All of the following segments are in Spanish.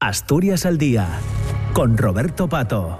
Asturias al día, con Roberto Pato.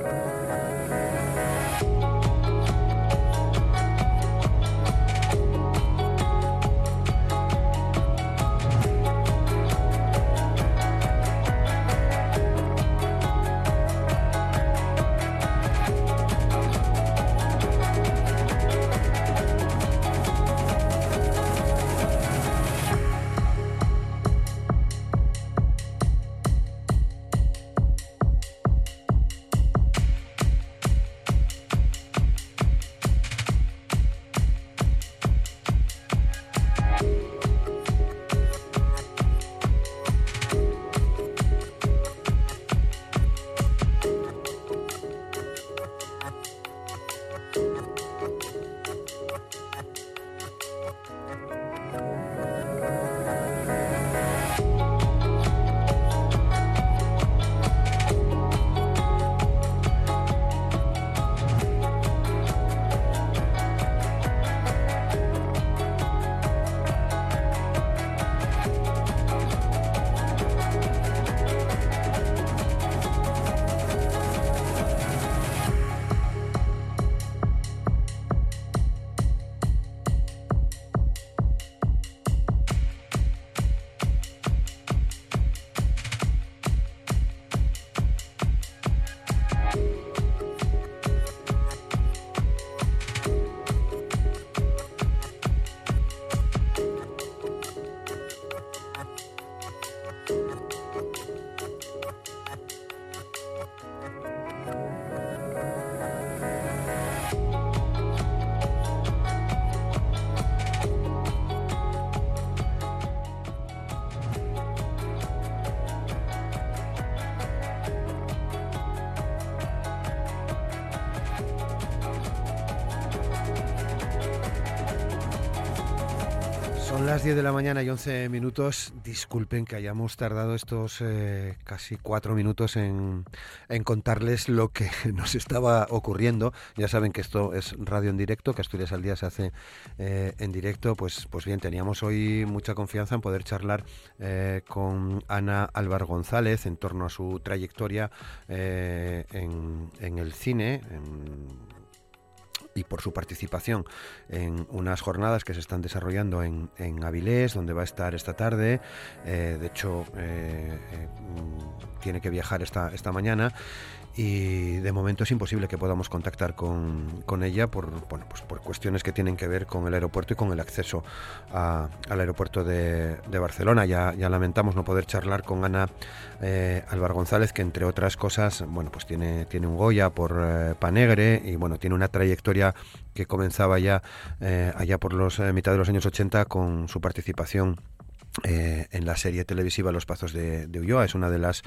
Son las 10 de la mañana y 11 minutos. Disculpen que hayamos tardado estos casi 4 minutos en contarles lo que nos estaba ocurriendo. Ya saben que esto es radio en directo, que Asturias al día se hace en directo. Pues bien, teníamos hoy mucha confianza en poder charlar con Ana Álvar González en torno a su trayectoria en el cine, y por su participación en unas jornadas que se están desarrollando en Avilés, donde va a estar esta tarde. De hecho, tiene que viajar esta mañana. Y de momento es imposible que podamos contactar con ella por cuestiones que tienen que ver con el aeropuerto y con el acceso al aeropuerto de Barcelona. Ya lamentamos no poder charlar con Ana Álvar González, que entre otras cosas, pues tiene un Goya por Panegre y tiene una trayectoria que comenzaba ya allá por mitad de los años 80 con su participación en la serie televisiva Los Pazos de Ulloa. Es una de las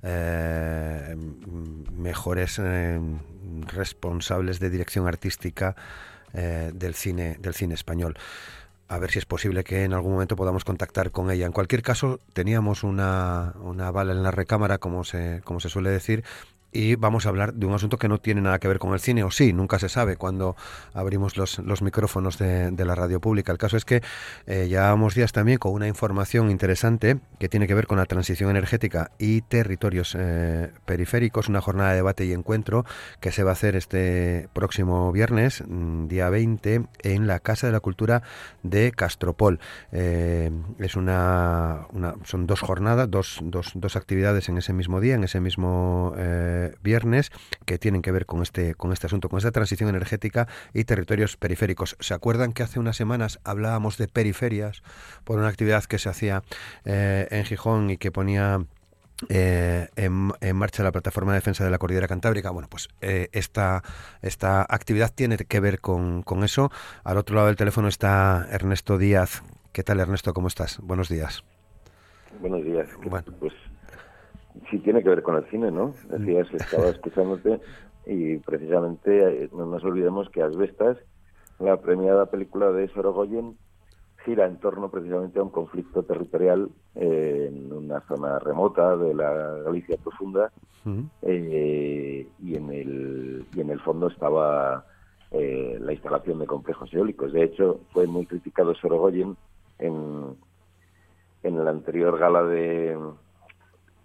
mejores responsables de dirección artística del cine español. A ver si es posible que en algún momento podamos contactar con ella. En cualquier caso, teníamos una bala en la recámara, como se suele decir, y vamos a hablar de un asunto que no tiene nada que ver con el cine, o sí, nunca se sabe cuando abrimos los micrófonos de la radio pública. El caso es que llevábamos días también con una información interesante que tiene que ver con la transición energética y territorios periféricos, una jornada de debate y encuentro que se va a hacer este próximo viernes, día 20, en la Casa de la Cultura de Castropol. Son dos jornadas, dos actividades en ese mismo día, en ese mismo viernes, que tienen que ver con este asunto, con esta transición energética y territorios periféricos. ¿Se acuerdan que hace unas semanas hablábamos de periferias por una actividad que se hacía en Gijón y que ponía en marcha la Plataforma de Defensa de la Cordillera Cantábrica? Esta actividad tiene que ver con eso. Al otro lado del teléfono está Ernesto Díaz. ¿Qué tal, Ernesto? ¿Cómo estás? Buenos días. Buenos días. Bueno. Pues sí tiene que ver con el cine, ¿no? Decías, estaba escuchándote y precisamente no nos olvidemos que Asbestas, la premiada película de Sorogoyen, gira en torno precisamente a un conflicto territorial en una zona remota de la Galicia profunda. Y en el fondo estaba la instalación de complejos eólicos. De hecho, fue muy criticado Sorogoyen en la anterior gala de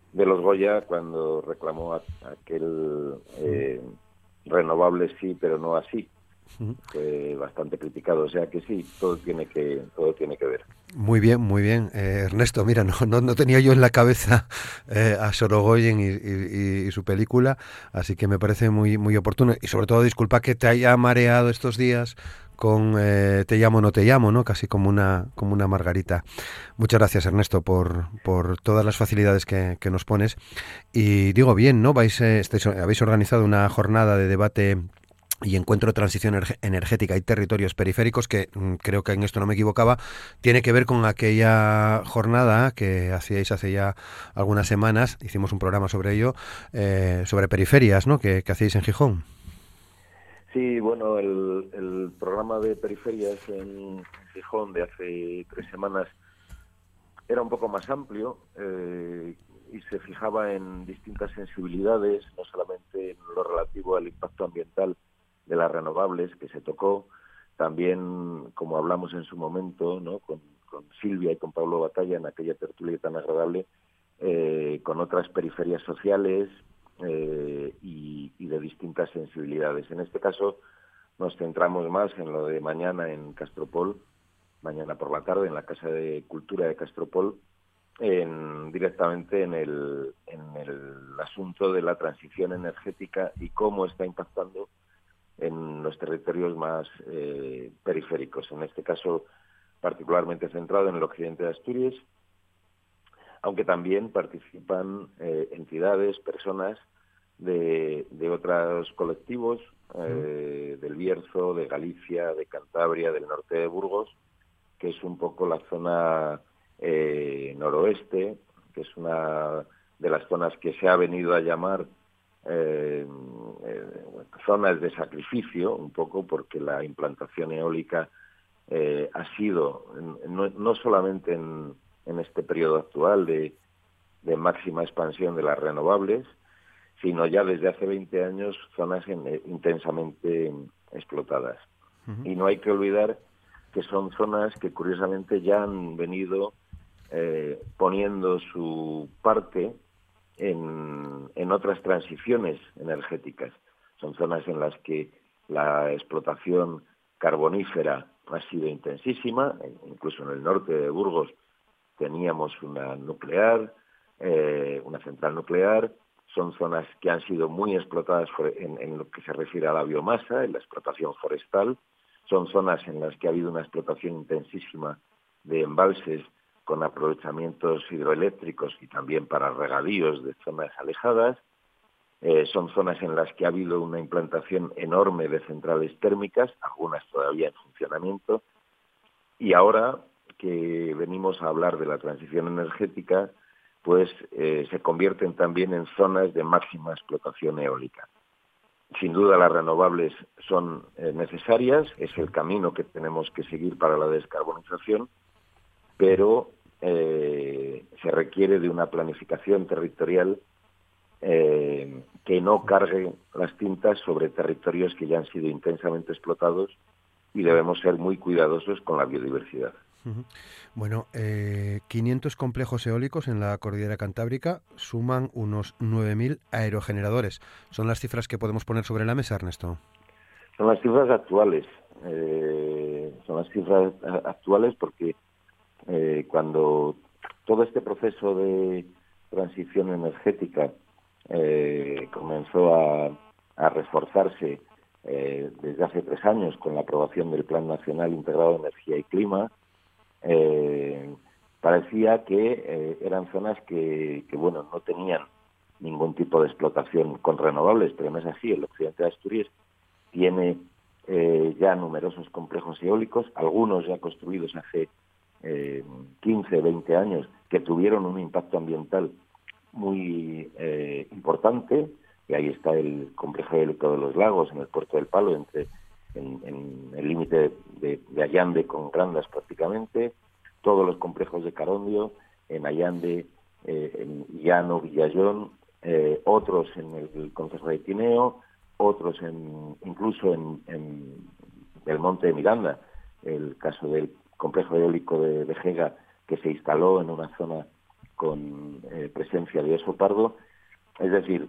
de los Goya cuando reclamó aquel renovables sí, pero no así. Fue bastante criticado, o sea que sí, todo tiene que ver. Muy bien, Ernesto. Mira, no tenía yo en la cabeza a Sorogoyen y su película, así que me parece muy oportuno. Y sobre todo, disculpa que te haya mareado estos días con Te llamo o no te llamo, ¿no? Casi como una margarita. Muchas gracias, Ernesto, por todas las facilidades que nos pones. Y digo bien, ¿no? Habéis organizado una jornada de debate y encuentro de transición energética y territorios periféricos, que creo que en esto no me equivocaba, tiene que ver con aquella jornada que hacíais hace ya algunas semanas. Hicimos un programa sobre ello, sobre periferias, ¿no? Que hacíais en Gijón. Sí, bueno, el programa de periferias en Gijón de hace 3 semanas era un poco más amplio y se fijaba en distintas sensibilidades, no solamente en lo relativo al impacto ambiental de las renovables que se tocó, también, como hablamos en su momento, ¿no? con Silvia y con Pablo Batalla en aquella tertulia tan agradable, con otras periferias sociales y de distintas sensibilidades. En este caso nos centramos más en lo de mañana en Castropol, mañana por la tarde en la Casa de Cultura de Castropol, directamente en el asunto de la transición energética y cómo está impactando en los territorios más periféricos, en este caso particularmente centrado en el occidente de Asturias, aunque también participan entidades, personas de otros colectivos, del Bierzo, de Galicia, de Cantabria, del norte de Burgos, que es un poco la zona noroeste, que es una de las zonas que se ha venido a llamar zonas de sacrificio, un poco porque la implantación eólica ha sido, no solamente en este periodo actual de máxima expansión de las renovables, sino ya desde hace 20 años zonas intensamente explotadas. Y no hay que olvidar que son zonas que curiosamente ya han venido poniendo su parte en otras transiciones energéticas. Son zonas en las que la explotación carbonífera ha sido intensísima, incluso en el norte de Burgos teníamos una central nuclear. Son zonas que han sido muy explotadas en lo que se refiere a la biomasa, en la explotación forestal. Son zonas en las que ha habido una explotación intensísima de embalses con aprovechamientos hidroeléctricos y también para regadíos de zonas alejadas. Son zonas en las que ha habido una implantación enorme de centrales térmicas, algunas todavía en funcionamiento. Y ahora que venimos a hablar de la transición energética, pues se convierten también en zonas de máxima explotación eólica. Sin duda las renovables son necesarias, es el camino que tenemos que seguir para la descarbonización, pero se requiere de una planificación territorial que no cargue las tintas sobre territorios que ya han sido intensamente explotados, y debemos ser muy cuidadosos con la biodiversidad. Bueno, 500 complejos eólicos en la cordillera cantábrica suman unos 9.000 aerogeneradores. ¿Son las cifras que podemos poner sobre la mesa, Ernesto? Son las cifras actuales. Porque cuando todo este proceso de transición energética comenzó a reforzarse desde hace 3 años con la aprobación del Plan Nacional Integrado de Energía y Clima, parecía que eran zonas que no tenían ningún tipo de explotación con renovables, pero no es así. El occidente de Asturias tiene ya numerosos complejos eólicos, algunos ya construidos hace 15, 20 años, que tuvieron un impacto ambiental muy importante, y ahí está el complejo eólico de Los Lagos, en el Puerto del Palo, en el límite de Allande con Grandas prácticamente, todos los complejos de Carondio, en Allande, en Llano, Villallón, otros en el concejo de Tineo, otros incluso en el Monte de Miranda, el caso del complejo eólico de Vejega, que se instaló en una zona con presencia de oso pardo. Es decir,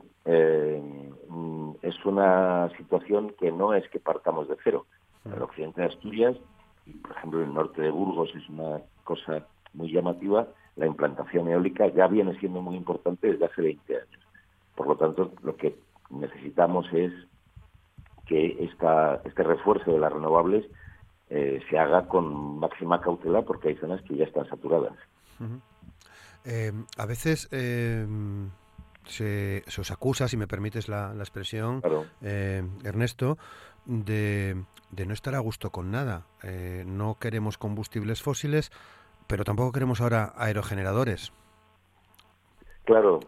es una situación que no es que partamos de cero. En el occidente de Asturias, y por ejemplo en el norte de Burgos, es una cosa muy llamativa. La implantación eólica ya viene siendo muy importante desde hace 20 años. Por lo tanto, lo que necesitamos es que este refuerzo de las renovables se haga con máxima cautela, porque hay zonas que ya están saturadas. A veces se os acusa, si me permites la expresión, Claro. Ernesto, de no estar a gusto con nada. No queremos combustibles fósiles, pero tampoco queremos ahora aerogeneradores. Claro,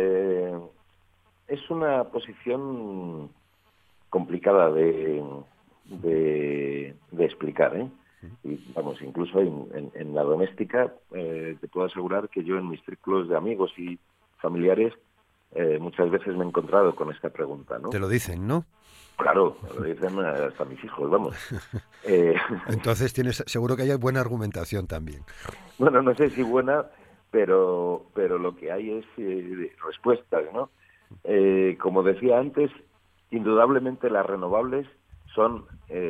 es una posición complicada de explicar, ¿eh? Y vamos, incluso en la doméstica, te puedo asegurar que yo en mis círculos de amigos y familiares muchas veces me he encontrado con esta pregunta, ¿no? Te lo dicen, ¿no? Claro, me lo dicen hasta mis hijos, vamos. Entonces seguro que hay buena argumentación también. Bueno, no sé si buena, pero lo que hay es respuestas, ¿no? Como decía antes, indudablemente las renovables son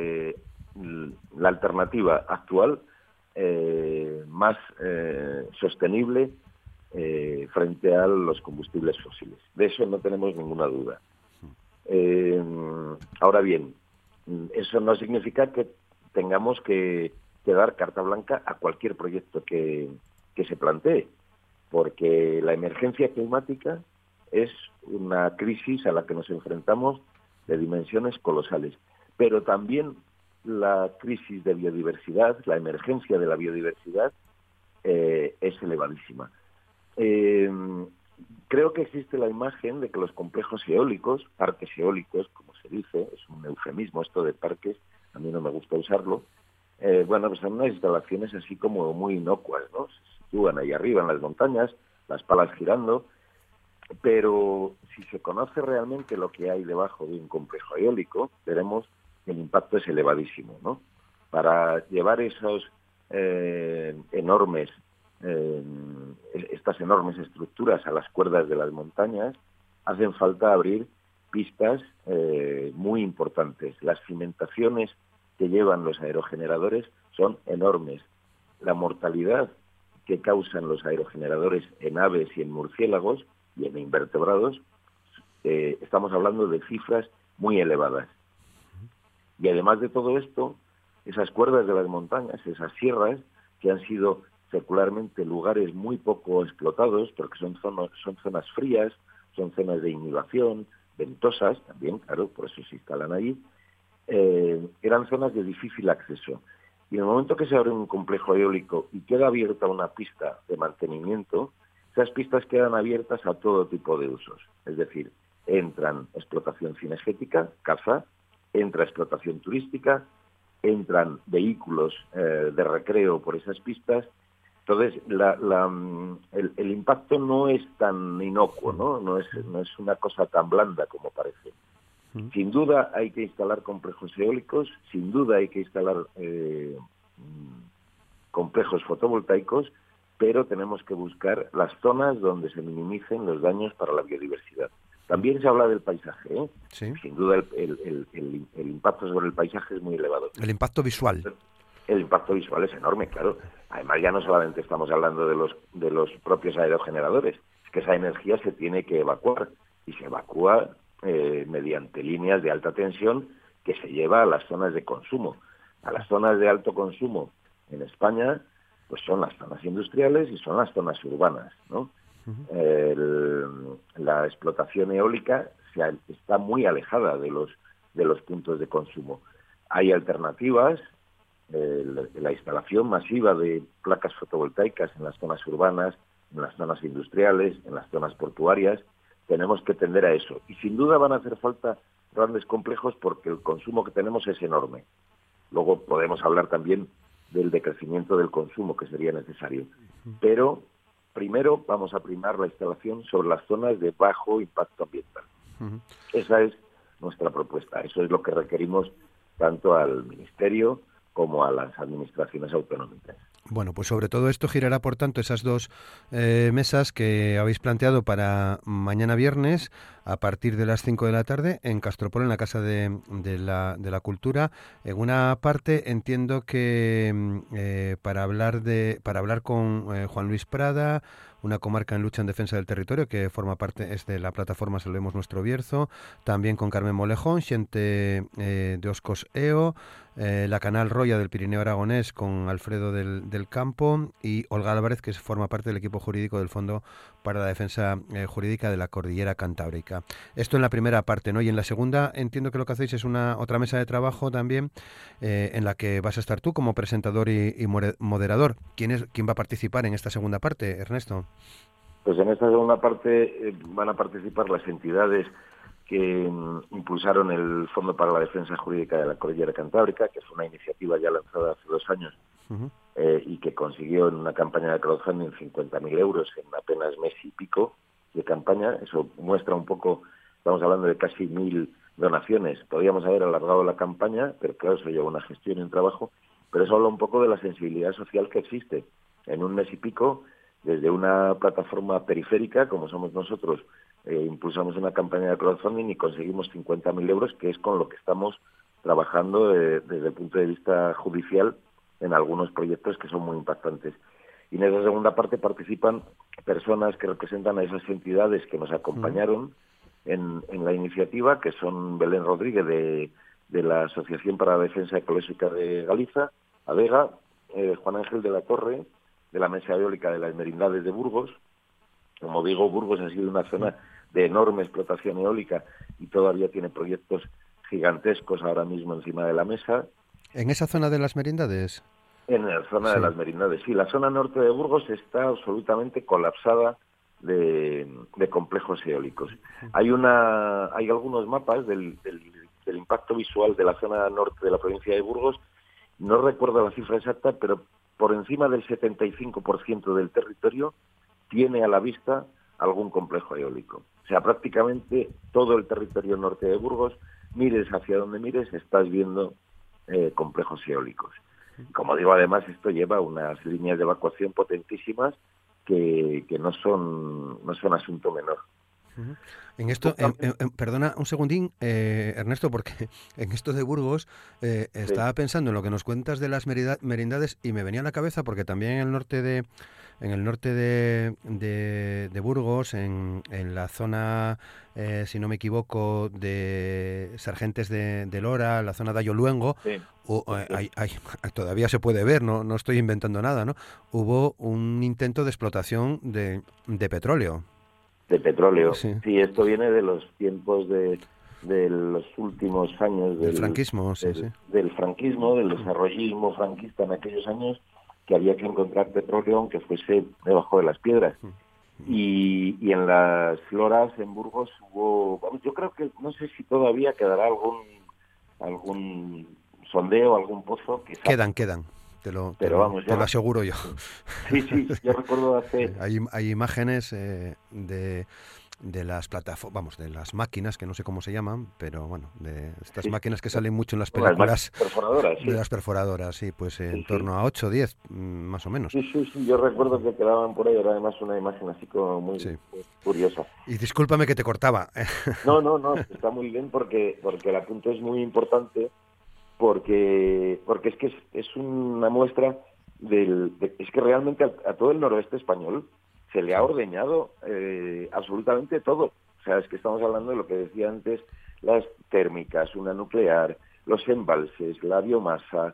la alternativa actual más sostenible frente a los combustibles fósiles. De eso no tenemos ninguna duda. Ahora bien, eso no significa que tengamos que dar carta blanca a cualquier proyecto que se plantee, porque la emergencia climática es una crisis a la que nos enfrentamos de dimensiones colosales, pero también la crisis de biodiversidad, la emergencia de la biodiversidad es elevadísima. Creo que existe la imagen de que los complejos eólicos, parques eólicos, como se dice, es un eufemismo esto de parques, a mí no me gusta usarlo, pues son unas instalaciones así como muy inocuas, ¿no? Se sitúan ahí arriba en las montañas, las palas girando, pero si se conoce realmente lo que hay debajo de un complejo eólico, veremos que el impacto es elevadísimo, ¿no? Para llevar esos estas enormes estructuras a las cuerdas de las montañas, hacen falta abrir pistas muy importantes. Las cimentaciones que llevan los aerogeneradores son enormes. La mortalidad que causan los aerogeneradores en aves y en murciélagos y en invertebrados, estamos hablando de cifras muy elevadas. Y además de todo esto, esas cuerdas de las montañas, esas sierras, que han sido secularmente lugares muy poco explotados, porque son zonas frías, son zonas de inhibición, ventosas también, claro, por eso se instalan allí, eran zonas de difícil acceso. Y en el momento que se abre un complejo eólico y queda abierta una pista de mantenimiento, esas pistas quedan abiertas a todo tipo de usos. Es decir, entran explotación cinegética, caza, entra explotación turística, entran vehículos de recreo por esas pistas. Entonces, el impacto no es tan inocuo, ¿no? No es una cosa tan blanda como parece. Sin duda hay que instalar complejos eólicos, sin duda hay que instalar complejos fotovoltaicos, pero tenemos que buscar las zonas donde se minimicen los daños para la biodiversidad. También se habla del paisaje, ¿eh? Sí. Sin duda el impacto sobre el paisaje es muy elevado. El impacto visual. El impacto visual es enorme, claro. Además, ya no solamente estamos hablando de los propios aerogeneradores, es que esa energía se tiene que evacuar, y se evacúa mediante líneas de alta tensión que se lleva a las zonas de consumo. A las zonas de alto consumo en España, pues son las zonas industriales y son las zonas urbanas, ¿no? La explotación eólica está muy alejada de los puntos de consumo. Hay alternativas. La instalación masiva de placas fotovoltaicas en las zonas urbanas, en las zonas industriales, en las zonas portuarias, tenemos que tender a eso. Y sin duda van a hacer falta grandes complejos porque el consumo que tenemos es enorme. Luego podemos hablar también del decrecimiento del consumo que sería necesario. Pero primero vamos a primar la instalación sobre las zonas de bajo impacto ambiental. Esa es nuestra propuesta. Eso es lo que requerimos tanto al Ministerio como a las administraciones autonómicas. Bueno, pues sobre todo esto girará, por tanto, esas dos mesas que habéis planteado para mañana viernes a partir de las 5 de la tarde en Castropol, en la Casa de la Cultura. En una parte entiendo que para hablar con Juan Luis Prada, una comarca en lucha en defensa del territorio que forma parte es de la plataforma Salvemos Nuestro Bierzo, también con Carmen Molejón, xente de Oscos EO, la Canal Roya del Pirineo Aragonés con Alfredo del Campo y Olga Álvarez, que forma parte del equipo jurídico del Fondo para la Defensa Jurídica de la Cordillera Cantábrica. Esto en la primera parte, ¿no? Y en la segunda entiendo que lo que hacéis es otra mesa de trabajo también en la que vas a estar tú como presentador y moderador. ¿Quién va a participar en esta segunda parte, Ernesto? Pues en esta segunda parte van a participar las entidades que impulsaron el Fondo para la Defensa Jurídica de la Cordillera Cantábrica, que es una iniciativa ya lanzada hace 2 años y que consiguió en una campaña de crowdfunding 50.000 euros en apenas mes y pico de campaña. Eso muestra un poco, estamos hablando de casi 1.000 donaciones. Podríamos haber alargado la campaña, pero claro, eso lleva una gestión y un trabajo, pero eso habla un poco de la sensibilidad social que existe. En un mes y pico, desde una plataforma periférica, como somos nosotros, impulsamos una campaña de crowdfunding y conseguimos 50.000 euros, que es con lo que estamos trabajando desde el punto de vista judicial en algunos proyectos que son muy impactantes. Y en esa segunda parte participan personas que representan a esas entidades que nos acompañaron en la iniciativa, que son Belén Rodríguez de la Asociación para la Defensa Ecológica de Galiza, ADEGA, Juan Ángel de la Torre, de la Mesa Eólica de las Merindades de Burgos. Como digo, Burgos ha sido una zona de enorme explotación eólica y todavía tiene proyectos gigantescos ahora mismo encima de la mesa. ¿En esa zona de las Merindades? En la zona de las Merindades, sí. La zona norte de Burgos está absolutamente colapsada de complejos eólicos. Hay algunos mapas del impacto visual de la zona norte de la provincia de Burgos. No recuerdo la cifra exacta, pero por encima del 75% del territorio tiene a la vista algún complejo eólico. O sea, prácticamente todo el territorio norte de Burgos, mires hacia donde mires, estás viendo complejos eólicos. Como digo, además, esto lleva unas líneas de evacuación potentísimas que no son asunto menor. En esto, perdona un segundín, Ernesto, porque en esto de Burgos estaba pensando en lo que nos cuentas de las merindades y me venía a la cabeza porque también en el norte de Burgos, en la zona, si no me equivoco, de Sargentes de Lora, la zona de Ayoluengo, todavía se puede ver, no estoy inventando nada, ¿no? Hubo un intento de explotación de petróleo. De petróleo. Sí, esto viene de los tiempos de los últimos años del franquismo, del franquismo, del desarrollismo franquista en aquellos años, que había que encontrar petróleo aunque fuese debajo de las piedras. Y en las Loras, en Burgos, yo creo que, no sé si todavía quedará algún sondeo, algún pozo. Quedan. Te lo aseguro yo. Sí, yo recuerdo hace... Hay imágenes de las plataformas, de las máquinas, que no sé cómo se llaman, pero bueno, de estas máquinas que salen mucho en las películas. Las perforadoras, de las perforadoras, sí, pues en torno a 8 o 10, más o menos. Sí, yo recuerdo que quedaban por ahí, era además una imagen así como muy curiosa. Y discúlpame que te cortaba. No, está muy bien porque el apunte es muy importante, porque es que es una muestra es que realmente a todo el noroeste español se le ha ordeñado absolutamente todo. O sea, es que estamos hablando de lo que decía antes, las térmicas, una nuclear, los embalses, la biomasa,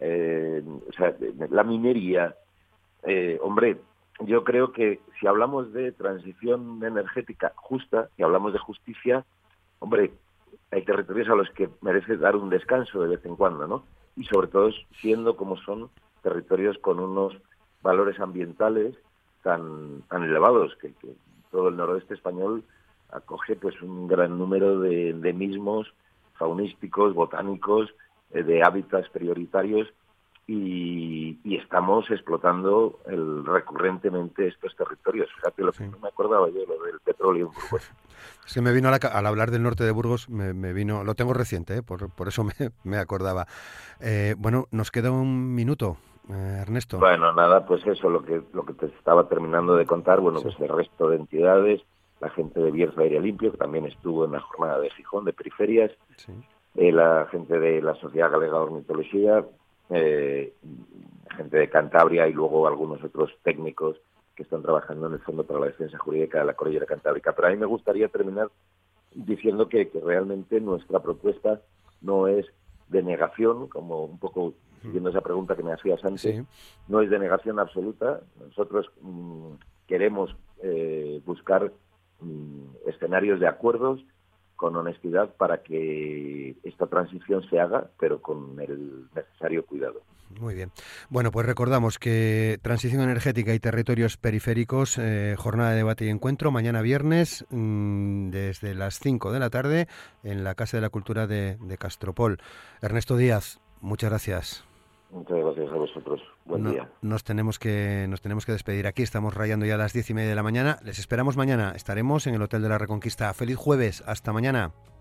la minería. Hombre, yo creo que si hablamos de transición energética justa, si hablamos de justicia, hombre, hay territorios a los que merece dar un descanso de vez en cuando, ¿no? Y sobre todo siendo como son territorios con unos valores ambientales tan elevados, que todo el noroeste español acoge pues un gran número de endemismos faunísticos, botánicos, de hábitats prioritarios y estamos explotando recurrentemente estos territorios. Fíjate, lo que no me acordaba yo, lo del petróleo en Burgos. Es que me vino al hablar del norte de Burgos, me vino, lo tengo reciente, por eso me acordaba. Bueno, nos queda un minuto, Ernesto. Bueno, nada, pues eso, lo que te estaba terminando de contar, bueno, pues el resto de entidades, la gente de Bierzo Aire Limpio, que también estuvo en la jornada de Gijón, de periferias, la gente de la Sociedad Galega de Ornitología, gente de Cantabria y luego algunos otros técnicos que están trabajando en el Fondo para la Defensa Jurídica de la Cordillera Cantábrica. Pero a mí me gustaría terminar diciendo que realmente nuestra propuesta no es de negación, como un poco siguiendo esa pregunta que me hacías antes, no es de negación absoluta. Nosotros queremos buscar escenarios de acuerdos con honestidad para que esta transición se haga, pero con el necesario cuidado. Muy bien. Bueno, pues recordamos que Transición Energética y Territorios Periféricos, jornada de debate y encuentro, mañana viernes, desde las 5 de la tarde, en la Casa de la Cultura de Castropol. Ernesto Díaz, muchas gracias. Muchas gracias a vosotros. Buen día. Nos tenemos que despedir aquí. Estamos rayando ya a las 10:30 de la mañana. Les esperamos mañana. Estaremos en el Hotel de la Reconquista. Feliz jueves. Hasta mañana.